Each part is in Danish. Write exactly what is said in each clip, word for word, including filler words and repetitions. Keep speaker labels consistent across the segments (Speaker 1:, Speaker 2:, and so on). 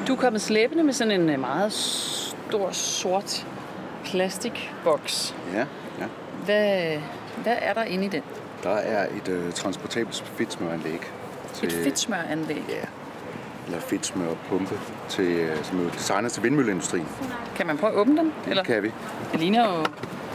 Speaker 1: Du er kommet slæbende med sådan en meget stor, sort plastikboks.
Speaker 2: Ja, ja.
Speaker 1: Hvad, hvad er der inde i den?
Speaker 2: Der er et øh, transportabelt fedtsmøranlæg.
Speaker 1: Et fedtsmøranlæg?
Speaker 2: Ja, eller fedtsmørpumpe, til, øh, som er designet til vindmølleindustrien.
Speaker 1: Kan man prøve at åbne den?
Speaker 2: Det
Speaker 1: eller?
Speaker 2: kan vi.
Speaker 1: Det ligner jo...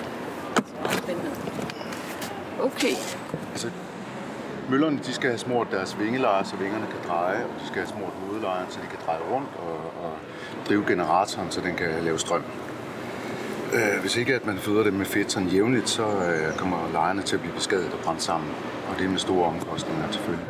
Speaker 1: Okay.
Speaker 2: Altså, møllerne de skal have smurt deres vingelejer, så vingerne kan dreje, og de skal have smurt hovedlejren, så de kan dreje rundt og, og drive generatoren, så den kan lave strøm. Øh, hvis ikke at man føder dem med fedt sådan jævnligt, så øh, kommer lejerne til at blive beskadiget og brændt sammen, og det er med store omkostninger selvfølgelig.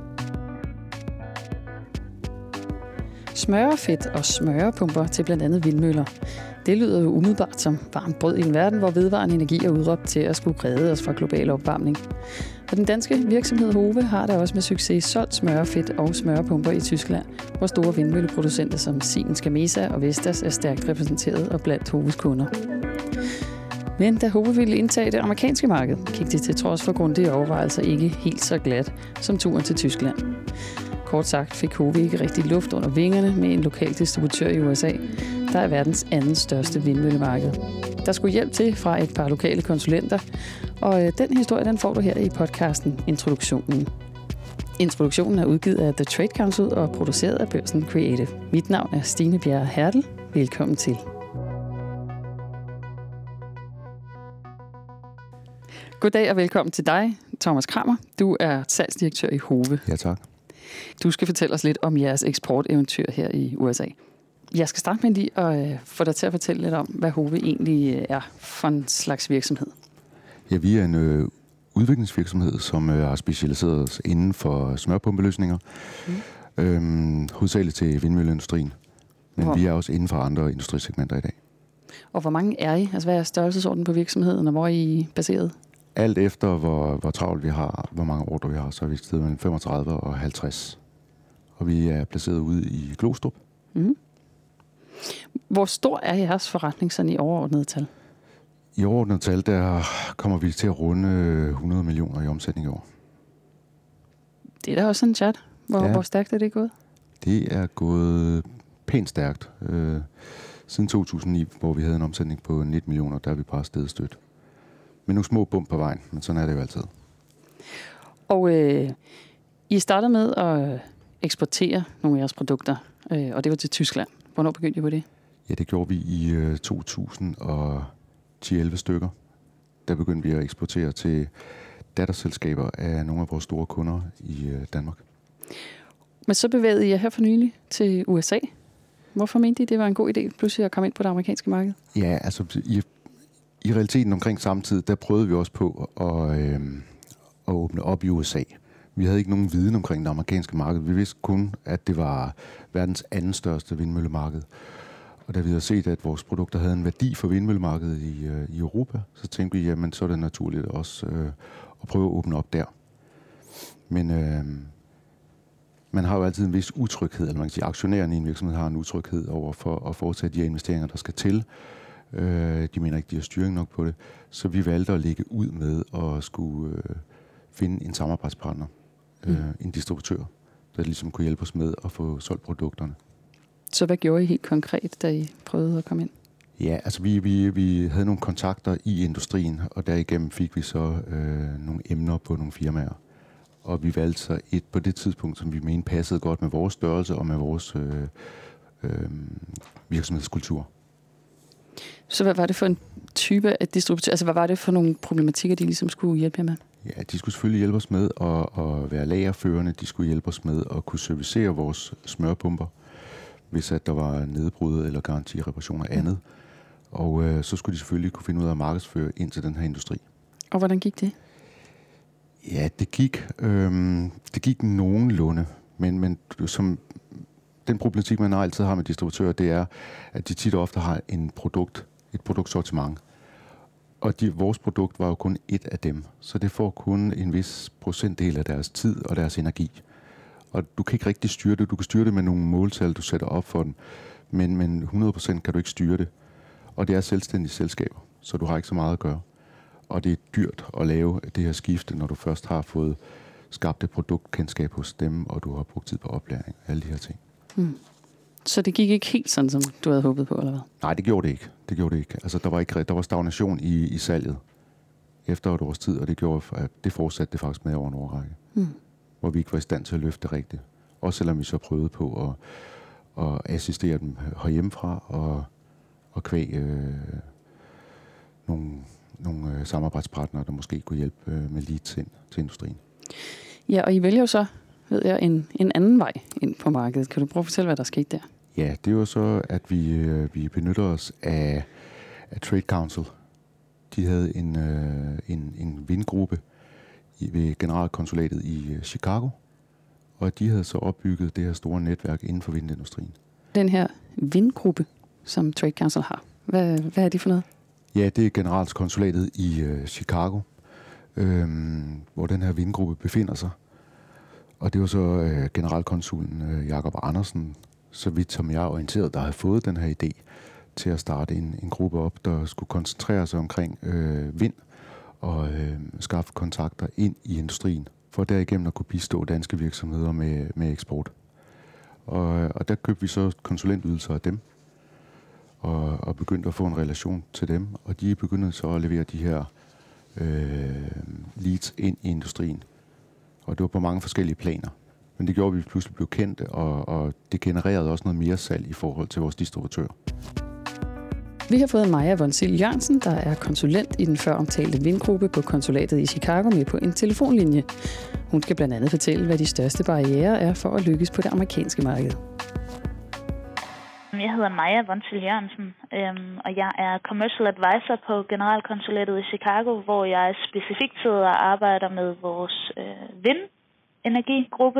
Speaker 1: Smørefedt og smørepumper til blandt andet vindmøller. Det lyder jo umiddelbart som varmt brød i en verden, hvor vedvarende energi er udråbt til at skulle redde os fra global opvarmning. Og den danske virksomhed Hove har da også med succes solgt smørefedt og smørepumper i Tyskland, hvor store vindmølleproducenter som Siemens Gamesa og Vestas er stærkt repræsenteret og blandt Hoves kunder. Men da Hove ville indtage det amerikanske marked, gik det til trods for grundige overvejelser ikke helt så glat som turen til Tyskland. Kort sagt fik Hove ikke rigtig luft under vingerne med en lokal distributør i U S A, der er verdens anden største vindmøllemarked. Der skulle hjælp til fra et par lokale konsulenter, og den historie den får du her i podcasten Introduktionen. Introduktionen er udgivet af The Trade Council og produceret af Børsen Creative. Mit navn er Stine Bjerre Hertel. Velkommen til. Goddag og velkommen til dig, Thomas Kramer. Du er salgsdirektør i Hove.
Speaker 2: Ja, tak.
Speaker 1: Du skal fortælle os lidt om jeres eksporteventyr her i U S A. Jeg skal starte med lige at få dig til at fortælle lidt om, hvad Hove egentlig er for en slags virksomhed.
Speaker 2: Ja, vi er en øh, udviklingsvirksomhed, som øh, har specialiseret os inden for smørpumpeløsninger. Mm. Øhm, hovedsageligt til vindmølleindustrien. Men hvor? Vi er også inden for andre industrisegmenter i dag. Og
Speaker 1: hvor mange er I? Altså, hvad er størrelsesorden på virksomheden, og hvor er I baseret?
Speaker 2: Alt efter, hvor, hvor travlt vi har, hvor mange ordre vi har, så er vi et sted mellem femogtredive og halvtreds. Og vi er placeret ude i Glostrup.
Speaker 1: Mm. Hvor stor er jeres forretning sådan i overordnede tal?
Speaker 2: I overordnede tal, der kommer vi til at runde hundrede millioner i omsætning i år.
Speaker 1: Det er da også en chat. Hvor, ja. hvor stærkt er det gået?
Speaker 2: Det er gået pænt stærkt. Øh, siden to tusind og ni, hvor vi havde en omsætning på nitten millioner, der er vi bare stedet stødt. Med nogle små bump på vejen, men sådan er det jo altid. Og
Speaker 1: øh, I startede med at eksportere nogle af jeres produkter, øh, og det var til Tyskland. Hvornår begyndte I på det?
Speaker 2: Ja, det gjorde vi i øh, to tusind og ti elleve stykker. Der begyndte vi at eksportere til datterselskaber af nogle af vores store kunder i øh, Danmark.
Speaker 1: Men så bevægede I jer her for nylig til U S A. Hvorfor mente I, det var en god idé pludselig at komme ind på det amerikanske marked?
Speaker 2: Ja, altså i, i realiteten omkring samtidig, der prøvede vi også på at, øh, at åbne op i U S A. Vi havde ikke nogen viden omkring det amerikanske marked. Vi vidste kun, at det var verdens anden største vindmøllemarked. Og da vi havde set, at vores produkter havde en værdi for vindmøllemarkedet i, øh, i Europa, så tænkte vi, jamen så er det naturligt også øh, at prøve at åbne op der. Men øh, man har jo altid en vis utryghed, eller man kan sige, aktionærerne i en virksomhed har en utryghed over for at foretage de investeringer, der skal til. Øh, de mener ikke, de har styring nok på det. Så vi valgte at lægge ud med at skulle øh, finde en samarbejdspartner, øh, mm. en distributør, der ligesom kunne hjælpe os med at få solgt produkterne.
Speaker 1: Så hvad gjorde I helt konkret, da I prøvede at komme ind?
Speaker 2: Ja, altså vi, vi, vi havde nogle kontakter i industrien, og derigennem fik vi så øh, nogle emner på nogle firmaer. Og vi valgte så et på det tidspunkt, som vi mente passede godt med vores størrelse og med vores øh, øh, virksomhedskultur.
Speaker 1: Så hvad var det for en type af distributør? Altså hvad var det for nogle problematikker, de ligesom skulle hjælpe jer med?
Speaker 2: Ja, de skulle selvfølgelig hjælpe os med at, at være lagerførende. De skulle hjælpe os med at kunne servicere vores smørpumper, hvis at der var nedbrud eller garantireparationer og andet. Og øh, så skulle de selvfølgelig kunne finde ud af at markedsføre ind til den her industri.
Speaker 1: Og hvordan gik det?
Speaker 2: Ja, det gik, øh, det gik nogenlunde. Men, men som den problematik, man altid har med distributører, det er, at de tit og ofte har en produkt, et produktsortiment. Og de, vores produkt var jo kun et af dem. Så det får kun en vis procentdel af deres tid og deres energi. Og du kan ikke rigtig styre det. Du kan styre det med nogle måltal, du sætter op for dem. Men, men hundrede procent kan du ikke styre det. Og det er selvstændige selskaber, så du har ikke så meget at gøre. Og det er dyrt at lave det her skifte, når du først har fået skabt et produktkendskab hos dem, og du har brugt tid på oplæring og alle de her ting.
Speaker 1: Hmm. Så det gik ikke helt sådan, som du havde håbet på, eller hvad?
Speaker 2: Nej, det gjorde det ikke. Det gjorde det ikke. Altså, der var, ikke, der var stagnation i, i salget efter et års tid, og det gjorde, at det fortsatte det faktisk med over en årrække. Mm. Hvor vi ikke var i stand til at løfte det rigtigt. Også selvom vi så prøvede på at, at assistere dem herhjemmefra og, og kvæg øh, nogle, nogle øh, samarbejdspartnere, der måske kunne hjælpe øh, med leads ind til industrien.
Speaker 1: Ja, og I vælger jo så, ved jeg, en, en anden vej ind på markedet. Kan du prøve at fortælle, hvad der skete der?
Speaker 2: Ja, det var så, at vi, øh, vi benytter os af, af Trade Council. De havde en, øh, en, en vindgruppe i, ved generalkonsulatet i øh, Chicago, og de havde så opbygget det her store netværk inden for vindindustrien. Den
Speaker 1: her vindgruppe, som Trade Council har, hvad, hvad er det for noget?
Speaker 2: Ja, det er generalkonsulatet i øh, Chicago, øh, hvor den her vindgruppe befinder sig. Og det var så øh, generalkonsulen øh, Jakob Andersen, så vidt som jeg er orienteret, der havde fået den her idé til at starte en, en gruppe op, der skulle koncentrere sig omkring øh, vind og øh, skaffe kontakter ind i industrien, for derigennem at kunne bistå danske virksomheder med, med eksport. Og, og der købte vi så konsulentydelser af dem, og, og begyndte at få en relation til dem, og de begyndte så at levere de her øh, leads ind i industrien. Og det var på mange forskellige planer. Men det gjorde, at vi pludselig blev kendte, og, og det genererede også noget mere salg i forhold til vores distributør.
Speaker 1: Vi har fået Maja Vonsil Jørgensen, der er konsulent i den før omtalte vindgruppe på konsulatet i Chicago, med på en telefonlinje. Hun skal blandt andet fortælle, hvad de største barrierer er for at lykkes på det amerikanske marked.
Speaker 3: Jeg hedder Maja Vonsil Jørgensen, og jeg er Commercial Advisor på generalkonsulatet i Chicago, hvor jeg specifikt sidder og arbejder med vores vindenergigruppe.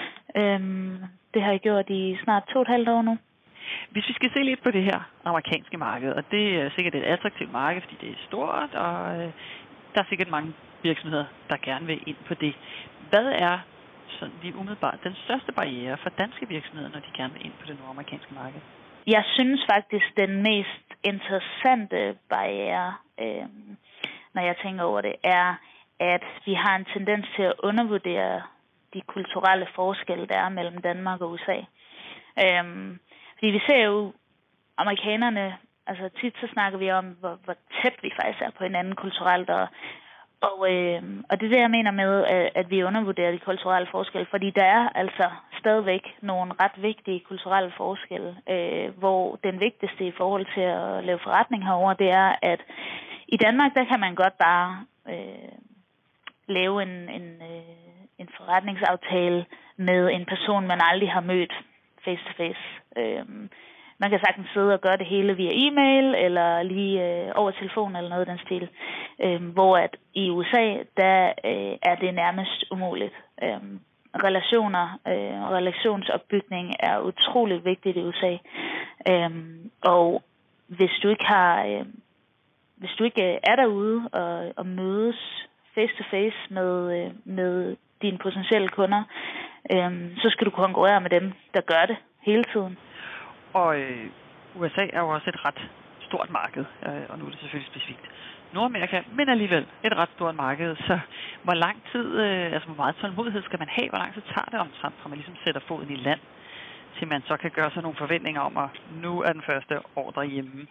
Speaker 3: Det har jeg gjort i snart to og et halvt år nu.
Speaker 4: Hvis vi skal se lidt på det her amerikanske marked, og det er sikkert et attraktivt marked, fordi det er stort, og der er sikkert mange virksomheder, der gerne vil ind på det. Hvad er sådan lige umiddelbart den største barriere for danske virksomheder, når de gerne vil ind på det nordamerikanske marked?
Speaker 3: Jeg synes faktisk, den mest interessante barriere, øh, når jeg tænker over det, er, at vi har en tendens til at undervurdere de kulturelle forskelle, der er mellem Danmark og U S A. Øh, fordi vi ser jo amerikanerne, altså tit så snakker vi om, hvor, hvor tæt vi faktisk er på hinanden kulturelt, og Og, øh, og det er det, jeg mener med, at vi undervurderer de kulturelle forskelle, fordi der er altså stadigvæk nogle ret vigtige kulturelle forskelle, øh, hvor den vigtigste i forhold til at lave forretning herover, det er, at i Danmark, der kan man godt bare øh, lave en, en, øh, en forretningsaftale med en person, man aldrig har mødt face to face. Øh, Man kan sagtens sidde og gøre det hele via e-mail, eller lige øh, over telefon, eller noget af den stil. Øh, hvor at i U S A, der øh, er det nærmest umuligt. Øh, relationer øh, og relationsopbygning er utroligt vigtigt i U S A. Øh, og hvis du ikke har, øh, hvis du ikke er derude og, og mødes face to face med, øh, med dine potentielle kunder, øh, så skal du konkurrere med dem, der gør det hele tiden.
Speaker 4: Og øh, U S A er jo også et ret stort marked, øh, og nu er det selvfølgelig specifikt Nordamerika, men alligevel et ret stort marked. Så hvor lang tid, øh, altså hvor meget tålmodighed skal man have? Hvor lang tid tager det omtrent, fra man ligesom sætter foden i land, til man så kan gøre sig nogle forventninger om, at nu er den første ordre hjemme?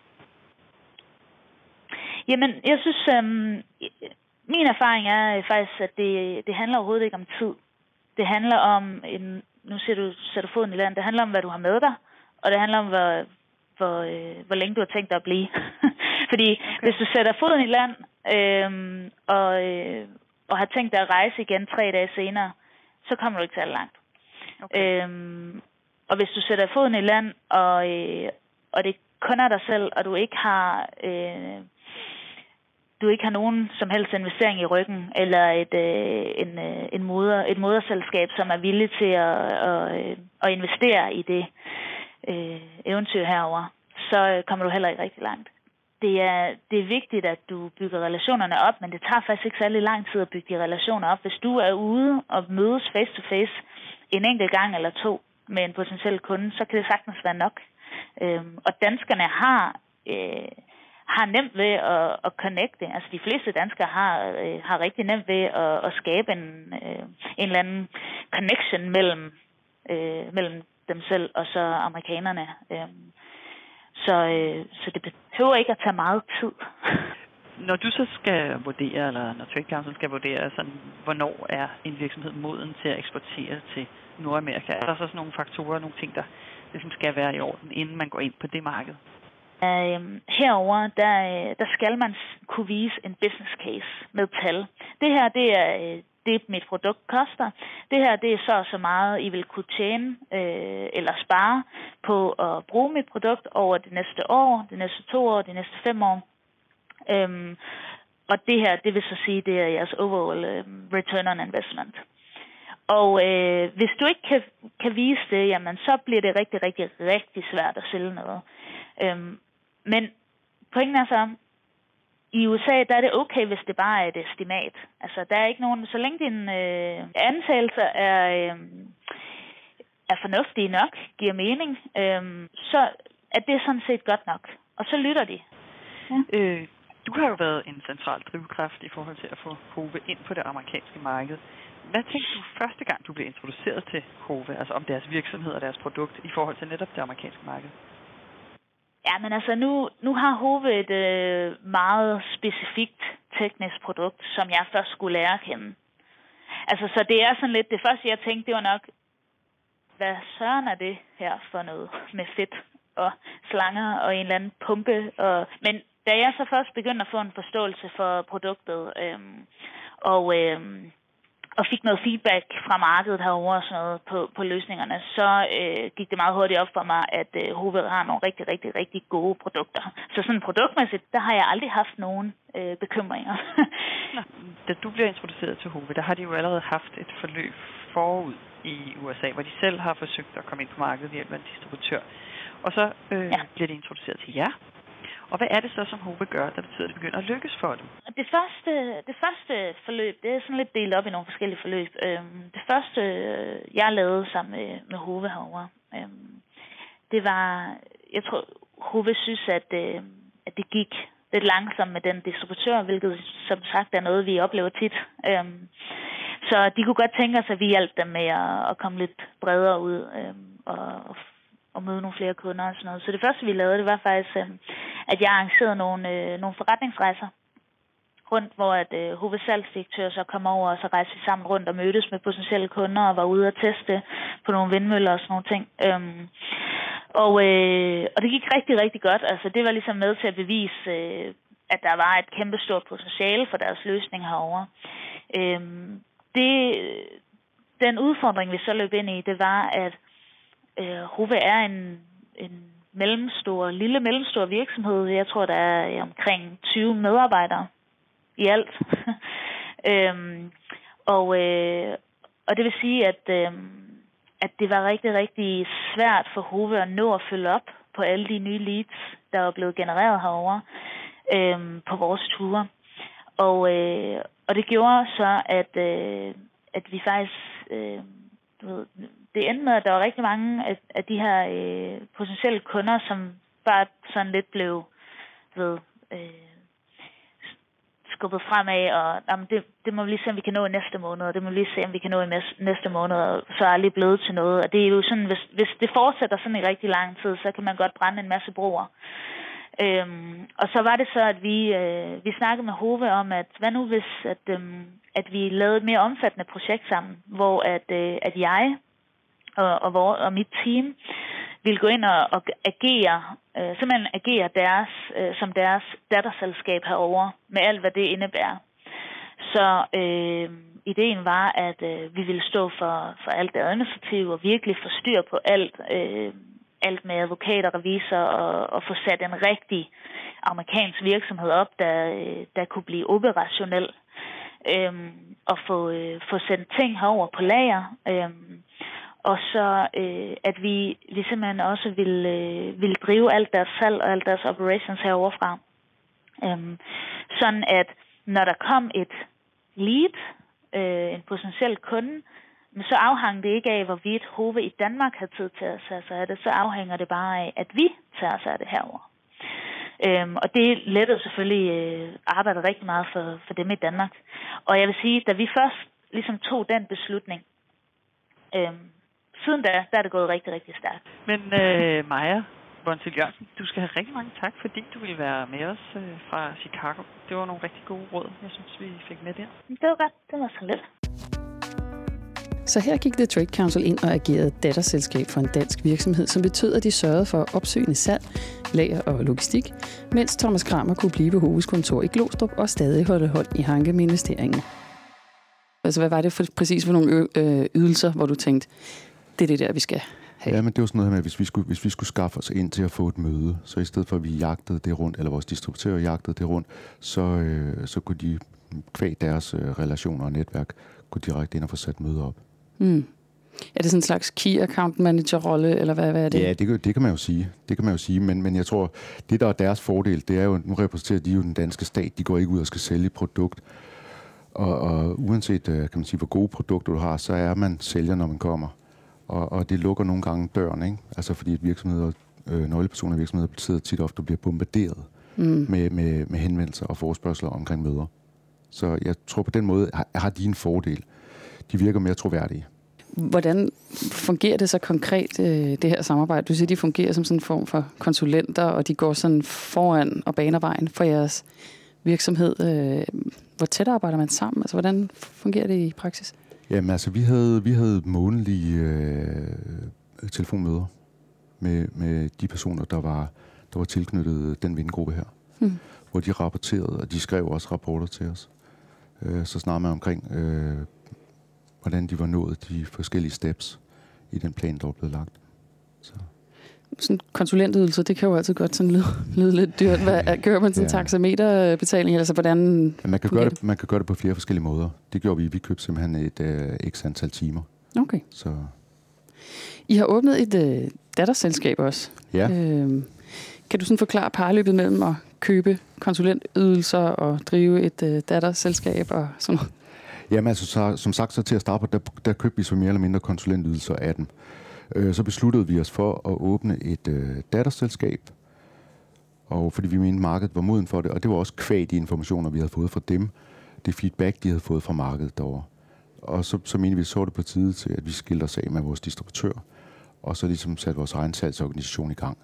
Speaker 3: Jamen, jeg synes, øh, min erfaring er faktisk, at det, det handler overhovedet ikke om tid. Det handler om, en, nu siger du, sætter foden i land, det handler om, hvad du har med dig. Og det handler om, hvor, hvor, øh, hvor længe du har tænkt dig at blive. Fordi okay. Hvis du sætter foden i land øh, og, øh, og har tænkt dig at rejse igen tre dage senere, så kommer du ikke til langt. Okay. Øh, og hvis du sætter foden i land, og, øh, og det kun er dig selv, og du ikke har øh, du ikke har nogen som helst investering i ryggen, eller et, øh, en, øh, en moder, et moderselskab, som er villig til at, at, at investere i det Øh, eventyr herover, så kommer du heller ikke rigtig langt. Det er, det er vigtigt, at du bygger relationerne op, men det tager faktisk ikke særlig lang tid at bygge de relationer op. Hvis du er ude og mødes face to face en enkelt gang eller to med en potentiel kunde, så kan det sagtens være nok. Øhm, og danskerne har øh, har nemt ved at, at connecte. Altså de fleste danskere har øh, har rigtig nemt ved at, at skabe en øh, en eller anden connection mellem øh, mellem dem selv, og så amerikanerne. Øhm, så, øh, så det behøver ikke at tage meget tid.
Speaker 4: Når du så skal vurdere, eller når Trade Council skal vurdere, sådan, hvornår er en virksomhed moden til at eksportere til Nordamerika, er der så sådan nogle faktorer, nogle ting, der ligesom skal være i orden, inden man går ind på det marked?
Speaker 3: Uh, herover der, der skal man kunne vise en business case med tal. Det her, det er det, mit produkt koster. Det her, det er så så meget, I vil kunne tjene øh, eller spare på at bruge mit produkt over det næste år, de næste to år, de næste fem år. Um, og det her, det vil så sige, det er jeres overall um, return on investment. Og øh, hvis du ikke kan, kan vise det, jamen så bliver det rigtig, rigtig, rigtig svært at sælge noget. Um, men pointen er så, i U S A, der er det okay, hvis det bare er et estimat. Altså, der er ikke nogen, så længe dine øh, antagelser er, øh, er fornuftige nok, giver mening, øh, så er det sådan set godt nok. Og så lytter de.
Speaker 4: Ja. Øh, du har jo været en central drivkraft i forhold til at få Hove ind på det amerikanske marked. Hvad tænkte du første gang, du blev introduceret til Hove, altså om deres virksomhed og deres produkt i forhold til netop det amerikanske marked?
Speaker 3: Ja, men altså nu, nu har Hove et øh, meget specifikt teknisk produkt, som jeg først skulle lære at kende. Altså, så det er sådan lidt, det første jeg tænkte, det var nok, hvad søren er det her for noget med fedt og slanger og en eller anden pumpe. Og, men da jeg så først begyndte at få en forståelse for produktet, øhm, og... Øhm, og fik noget feedback fra markedet herovre og sådan noget på, på løsningerne, så øh, gik det meget hurtigt op for mig, at øh, Hove har nogle rigtig, rigtig, rigtig gode produkter. Så sådan produktmæssigt, der har jeg aldrig haft nogen øh, bekymringer.
Speaker 4: Nå, da du bliver introduceret til Hove, der har de jo allerede haft et forløb forud i U S A, hvor de selv har forsøgt at komme ind på markedet ved hjælp af en distributør. Og så øh, ja. bliver de introduceret til jer. Og hvad er det så, som Hove gør, der betyder, at det begynder at lykkes for dem?
Speaker 3: Det første, det første forløb, det er sådan lidt delt op i nogle forskellige forløb. Det første, jeg lavede sammen med, med Hove herovre, det var, jeg tror, Hove synes, at, at det gik lidt langsomt med den distributør, hvilket som sagt er noget, vi oplever tit. Så de kunne godt tænke os, at vi hjalp dem med at, at komme lidt bredere ud og og møde nogle flere kunder og sådan noget. Så det første, vi lavede, det var faktisk, øh, at jeg arrangerede nogle, øh, nogle forretningsrejser rundt, hvor at øh, Hove salgsdirektør så kom over, og så rejste vi sammen rundt og mødtes med potentielle kunder og var ude at teste på nogle vindmøller og sådan nogle ting. Øhm, og, øh, og det gik rigtig, rigtig godt. Altså, det var ligesom med til at bevise, øh, at der var et kæmpestort potentiale for deres løsning herovre. Øhm, det, den udfordring, vi så løb ind i, det var, at Uh, Hove er en, en mellemstor, lille mellemstor virksomhed. Jeg tror, der er omkring tyve medarbejdere i alt. øhm, og, øh, og det vil sige, at, øh, at det var rigtig, rigtig svært for Hove at nå at følge op på alle de nye leads, der var blevet genereret herovre øh, på vores ture. Og, øh, og det gjorde så, at, øh, at vi faktisk... Øh, du ved, det endte med, at der var rigtig mange af, af de her øh, potentielle kunder, som bare sådan lidt blev ved, øh, skubbet fremad, og jamen, det, det må vi lige se, om vi kan nå i næste måned, og det må vi lige se, om vi kan nå i næste måned, og så er aldrig blevet til noget. Og det er jo sådan, hvis, hvis det fortsætter sådan i rigtig lang tid, så kan man godt brænde en masse broer. Øhm, og så var det så, at vi, øh, vi snakkede med Hove om, at hvad nu hvis, at, øhm, at vi lavede et mere omfattende projekt sammen, hvor at, øh, at jeg og, og, vor, og mit team ville gå ind og, og agere, øh, simpelthen agere deres, øh, som deres datterselskab herovre, med alt hvad det indebærer. Så øh, ideen var, at øh, vi ville stå for, for alt det administrative og virkelig få styr på alt, øh, alt med advokater, revisorer og, og få sat en rigtig amerikansk virksomhed op, der, øh, der kunne blive operationel. Øhm, og få, øh, få sendt ting herover på lager. Øhm, og så øh, at vi, vi simpelthen også ville, øh, ville drive alt deres salg og alt deres operations herovre fra. Øhm, sådan at når der kom et lead, øh, en potentiel kunde, så afhang det ikke af, hvorvidt Hove i Danmark havde tid til at tage sig af det, så afhænger det bare af, at vi tager sig af det herovre. Øhm, og det lettede selvfølgelig øh, arbejdet rigtig meget for, for dem i Danmark. Og jeg vil sige, da vi først ligesom tog den beslutning, øhm, siden da, der er det gået rigtig, rigtig stærkt.
Speaker 4: Men øh, Maja Bontil Jørgensen, du skal have rigtig mange tak, fordi du ville være med os øh, fra Chicago. Det var nogle rigtig gode råd, jeg synes, vi fik med der.
Speaker 3: Det var godt. Det var så lidt.
Speaker 1: Så her gik The Trade Council ind og agerede datterselskab for en dansk virksomhed, som betød, at de sørgede for opsøgende salg, lager og logistik, mens Thomas Kramer kunne blive på Hoves kontor i Glostrup og stadig holde hold i hanke med investeringen. Altså, hvad var det for, præcis for nogle ydelser, hvor du tænkte, det er det der, vi skal have?
Speaker 2: Ja, men det var sådan noget med, at hvis vi skulle, hvis vi skulle skaffe os ind til at få et møde, så i stedet for, at vi jagtede det rundt, eller vores distributører jagtede det rundt, så, øh, så kunne de kvæg deres øh, relationer og netværk, gå direkte ind og få sat møder op.
Speaker 1: Mm. Er det sådan en slags key account manager-rolle, eller hvad, hvad er det?
Speaker 2: Ja, det, det kan man jo sige. Det kan man jo sige, men, men jeg tror, det der er deres fordel, det er jo, nu repræsenterer de jo den danske stat, de går ikke ud og skal sælge et produkt, og, og uanset, kan man sige, hvor gode produkter du har, så er man sælger, når man kommer. Og, og det lukker nogle gange døren, ikke? Altså fordi virksomheder, øh, nøglepersoner i virksomheder sidder tit ofte og bliver bombarderet mm. med, med, med henvendelser og forespørgsler omkring møder. Så jeg tror på den måde, har, har de en fordel. De virker mere troværdige.
Speaker 1: Hvordan fungerer det så konkret, det her samarbejde? Du siger, de fungerer som sådan en form for konsulenter, og de går sådan foran og baner vejen for jeres virksomhed. Hvor tæt arbejder man sammen? Altså, hvordan fungerer det i praksis?
Speaker 2: Jamen altså, vi havde, vi havde månedlige øh, telefonmøder med, med de personer, der var, der var tilknyttet den vindgruppe her. Hmm. Hvor de rapporterede, og de skrev også rapporter til os. Øh, så snart man omkring, øh, hvordan de var nået de forskellige steps i den plan, der var blevet lagt. Så.
Speaker 1: Sådan konsulentydelse, det kan jo altid godt sådan lyde, lyde lidt dyrt. Hvad, gør man sådan en ja. taxameterbetaling? Altså, hvordan
Speaker 2: ja, man, kan gøre det, man kan gøre det på flere forskellige måder. Det gjorde vi. Vi købte simpelthen et uh, x antal timer.
Speaker 1: Okay.
Speaker 2: Så.
Speaker 1: I har åbnet et uh, datterselskab også.
Speaker 2: Ja.
Speaker 1: Øh, kan du sådan forklare parløbet mellem at købe konsulentydelser og drive et uh, datterselskab og sådan noget?
Speaker 2: Jamen altså, så, som sagt, så til at starte på, der, der købte vi så mere eller mindre konsulentydelser af dem. Så besluttede vi os for at åbne et øh, datterselskab, og fordi vi mente, markedet var moden for det, og det var også kvæg de informationer, vi havde fået fra dem, det feedback, de havde fået fra markedet derovre. Og så, så mente vi, så det på tide til, at vi skilte os af med vores distributør, og så ligesom satte vores egen salgsorganisation i gang.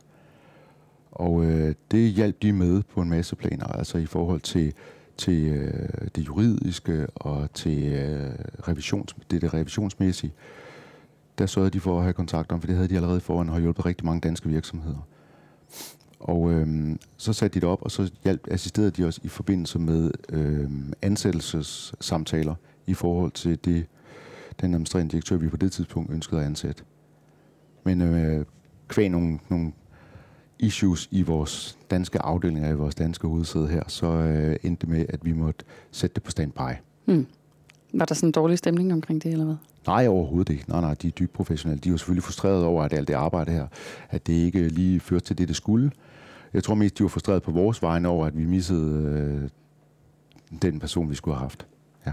Speaker 2: Og øh, det hjalp de med på en masse planer, altså i forhold til, til øh, det juridiske og til øh, revisions, det, det revisionsmæssige. Der sørgede de for at have kontakt om, for det havde de allerede foran og har hjulpet rigtig mange danske virksomheder. Og øhm, så satte de det op, og så hjalp, assisterede de os i forbindelse med øhm, ansættelsessamtaler i forhold til det, den administrerende direktør, vi på det tidspunkt ønskede at ansætte. Men øh, kvæg nogle, nogle issues i vores danske afdelinger, i vores danske hovedsæde her, så øh, endte det med, at vi måtte sætte det på standby.
Speaker 1: Hmm. Var der sådan en dårlig stemning omkring det, eller hvad?
Speaker 2: Nej, overhovedet ikke. Nej, nej, de er dybt professionelle. De er jo selvfølgelig frustrerede over, at alt det arbejde her, at det ikke lige førte til det, det skulle. Jeg tror mest, de var frustrerede på vores vegne over, at vi missede øh, den person, vi skulle have haft. Ja.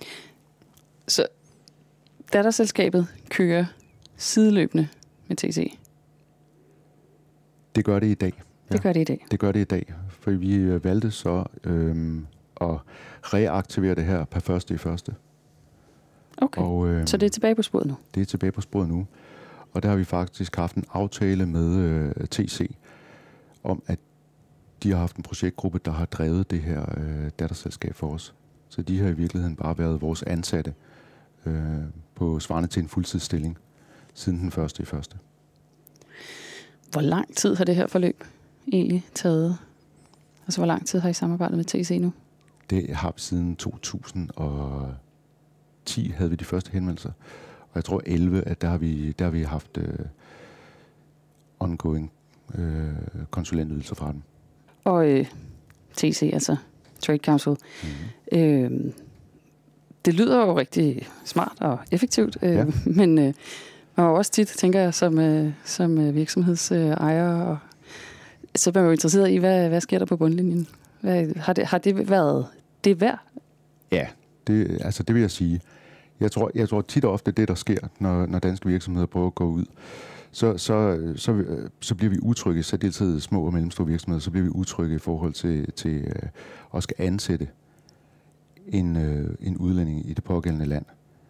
Speaker 1: Så datterselskabet kører sideløbende med T C?
Speaker 2: Det gør det i dag.
Speaker 1: Ja. Det gør det i dag?
Speaker 2: Det gør det i dag. For vi valgte så øh, at reaktivere det her per første i første.
Speaker 1: Okay, og, øh, så det er tilbage på sporet nu?
Speaker 2: Det er tilbage på sporet nu. Og der har vi faktisk haft en aftale med øh, T C om, at de har haft en projektgruppe, der har drevet det her øh, datterselskab for os. Så de har i virkeligheden bare været vores ansatte øh, på svarende til en fuldtidsstilling siden den første i første.
Speaker 1: Hvor lang tid har det her forløb egentlig taget? Altså, hvor lang tid har I samarbejdet med T C nu?
Speaker 2: Det har vi siden to tusind og ti havde vi de første henvendelser. Og jeg tror elleve, at der har vi, der har vi haft øh, ongoing øh, konsulentydelser fra dem.
Speaker 1: Og øh, T C, altså Trade Council. Mm-hmm. Øh, det lyder jo rigtig smart og effektivt, øh, ja. men øh, man har også tit, tænker jeg, som, øh, som virksomhedsejer, og så er man jo interesseret i, hvad, hvad sker der på bundlinjen? Hvad, har, det, har det været det værd?
Speaker 2: Ja, det, altså det vil jeg sige. Jeg tror, jeg tror tit og ofte, det der sker, når, når danske virksomheder prøver at gå ud, så, så, så, så bliver vi utrygge, så deltid små og mellemstore virksomheder, så bliver vi utrygge i forhold til, til uh, at skal ansætte en, uh, en udlænding i det pågældende land.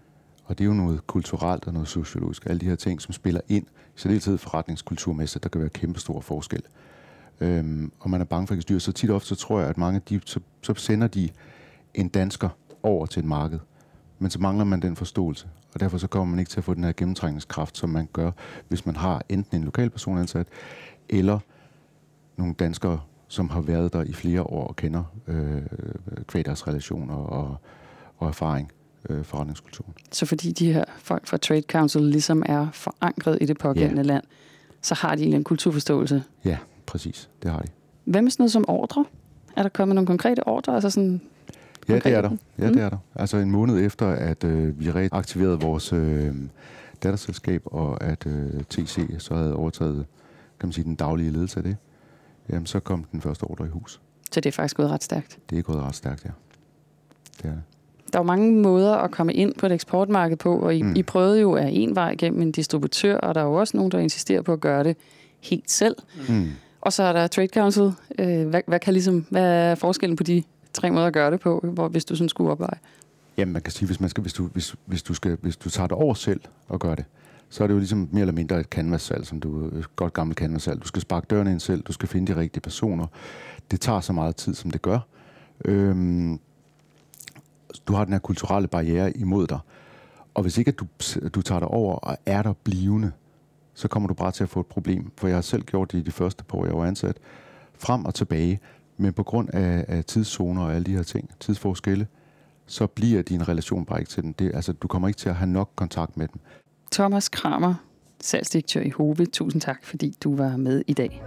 Speaker 2: Og det er jo noget kulturelt og noget sociologisk. Alle de her ting, som spiller ind, så det er altid forretningskulturmæssigt, der kan være kæmpe stor forskel. Øhm, og man er bange for at styre, så tit og ofte så tror jeg, at mange de, så, så sender de en dansker over til et marked. Men så mangler man den forståelse, og derfor så kommer man ikke til at få den her gennemtrængningskraft, som man gør, hvis man har enten en lokal person ansat, eller nogle danskere, som har været der i flere år og kender øh, kvæg deres relationer og, og erfaring, øh, forretningskulturen. Så
Speaker 1: fordi de her folk fra Trade Council ligesom er forankret i det pågældende ja. land, så har de en kulturforståelse?
Speaker 2: Ja, præcis. Det har de.
Speaker 1: Hvad med sådan noget som ordre? Er der kommet nogle konkrete ordre? Altså sådan
Speaker 2: ja, det er der. Ja, det er der. Altså en måned efter, at øh, vi reaktiverede vores øh, datterselskab, og at øh, T C så havde overtaget, kan man sige, den daglige ledelse af det, jamen så kom den første ordre i hus.
Speaker 1: Så det er faktisk gået ret stærkt?
Speaker 2: Det er gået ret stærkt, ja. Det er det.
Speaker 1: Der er jo mange måder at komme ind på et eksportmarked på, og I, mm. I prøvede jo af en vej gennem en distributør, og der er jo også nogen, der insisterer på at gøre det helt selv. Mm. Og så er der Trade Council. Øh, hvad, hvad, kan ligesom, hvad er forskellen på de tre måder at gøre det på, hvor, hvis du sådan skulle opveje?
Speaker 2: Jamen, man kan sige, hvis man skal, hvis du, hvis, hvis du skal, hvis du tager det over selv og gør det, så er det jo ligesom mere eller mindre et canvas-salg, som du et godt gammelt canvas-salg. Du skal sparke dørene ind selv, du skal finde de rigtige personer. Det tager så meget tid, som det gør. Øhm, du har den her kulturelle barriere imod dig. Og hvis ikke at du, du tager dig over og er der blivende, så kommer du bare til at få et problem. For jeg har selv gjort det i de første par år, jeg var ansat, frem og tilbage. Men på grund af, af tidszoner og alle de her ting, tidsforskelle, så bliver din relation bare ikke til den. Det, altså, du kommer ikke til at have nok kontakt med dem.
Speaker 1: Thomas Kramer, salgsdirektør i Hove. Tusind tak, fordi du var med i dag.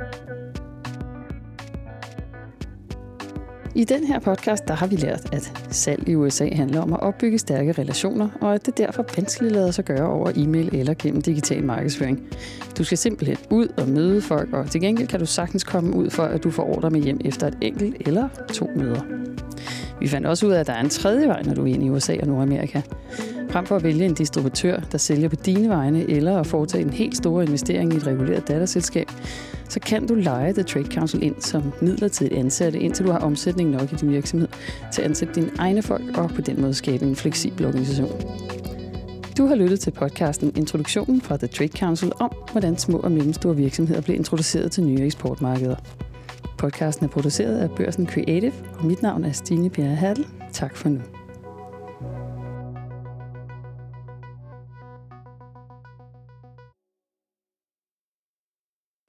Speaker 1: I den her podcast, der har vi lært, at salg i U S A handler om at opbygge stærke relationer, og at det derfor vanskeligt lader sig gøre over e-mail eller gennem digital markedsføring. Du skal simpelthen ud og møde folk, og til gengæld kan du sagtens komme ud for, at du får ordre med hjem efter et enkelt eller to møder. Vi fandt også ud af, at der er en tredje vej, når du er inde i U S A og Nordamerika. Frem for at vælge en distributør, der sælger på dine vegne, eller at foretage en helt stor investering i et reguleret datterselskab, så kan du leje The Trade Council ind som midlertidigt ansatte, indtil du har omsætning nok i din virksomhed til at ansætte dine egne folk og på den måde skabe en fleksibel organisation. Du har lyttet til podcasten Introduktionen fra The Trade Council om, hvordan små og mellemstore virksomheder bliver introduceret til nye eksportmarkeder. Podcasten er produceret af Børsen Creative, og mit navn er Stine Bjerre Hattel. Tak for nu.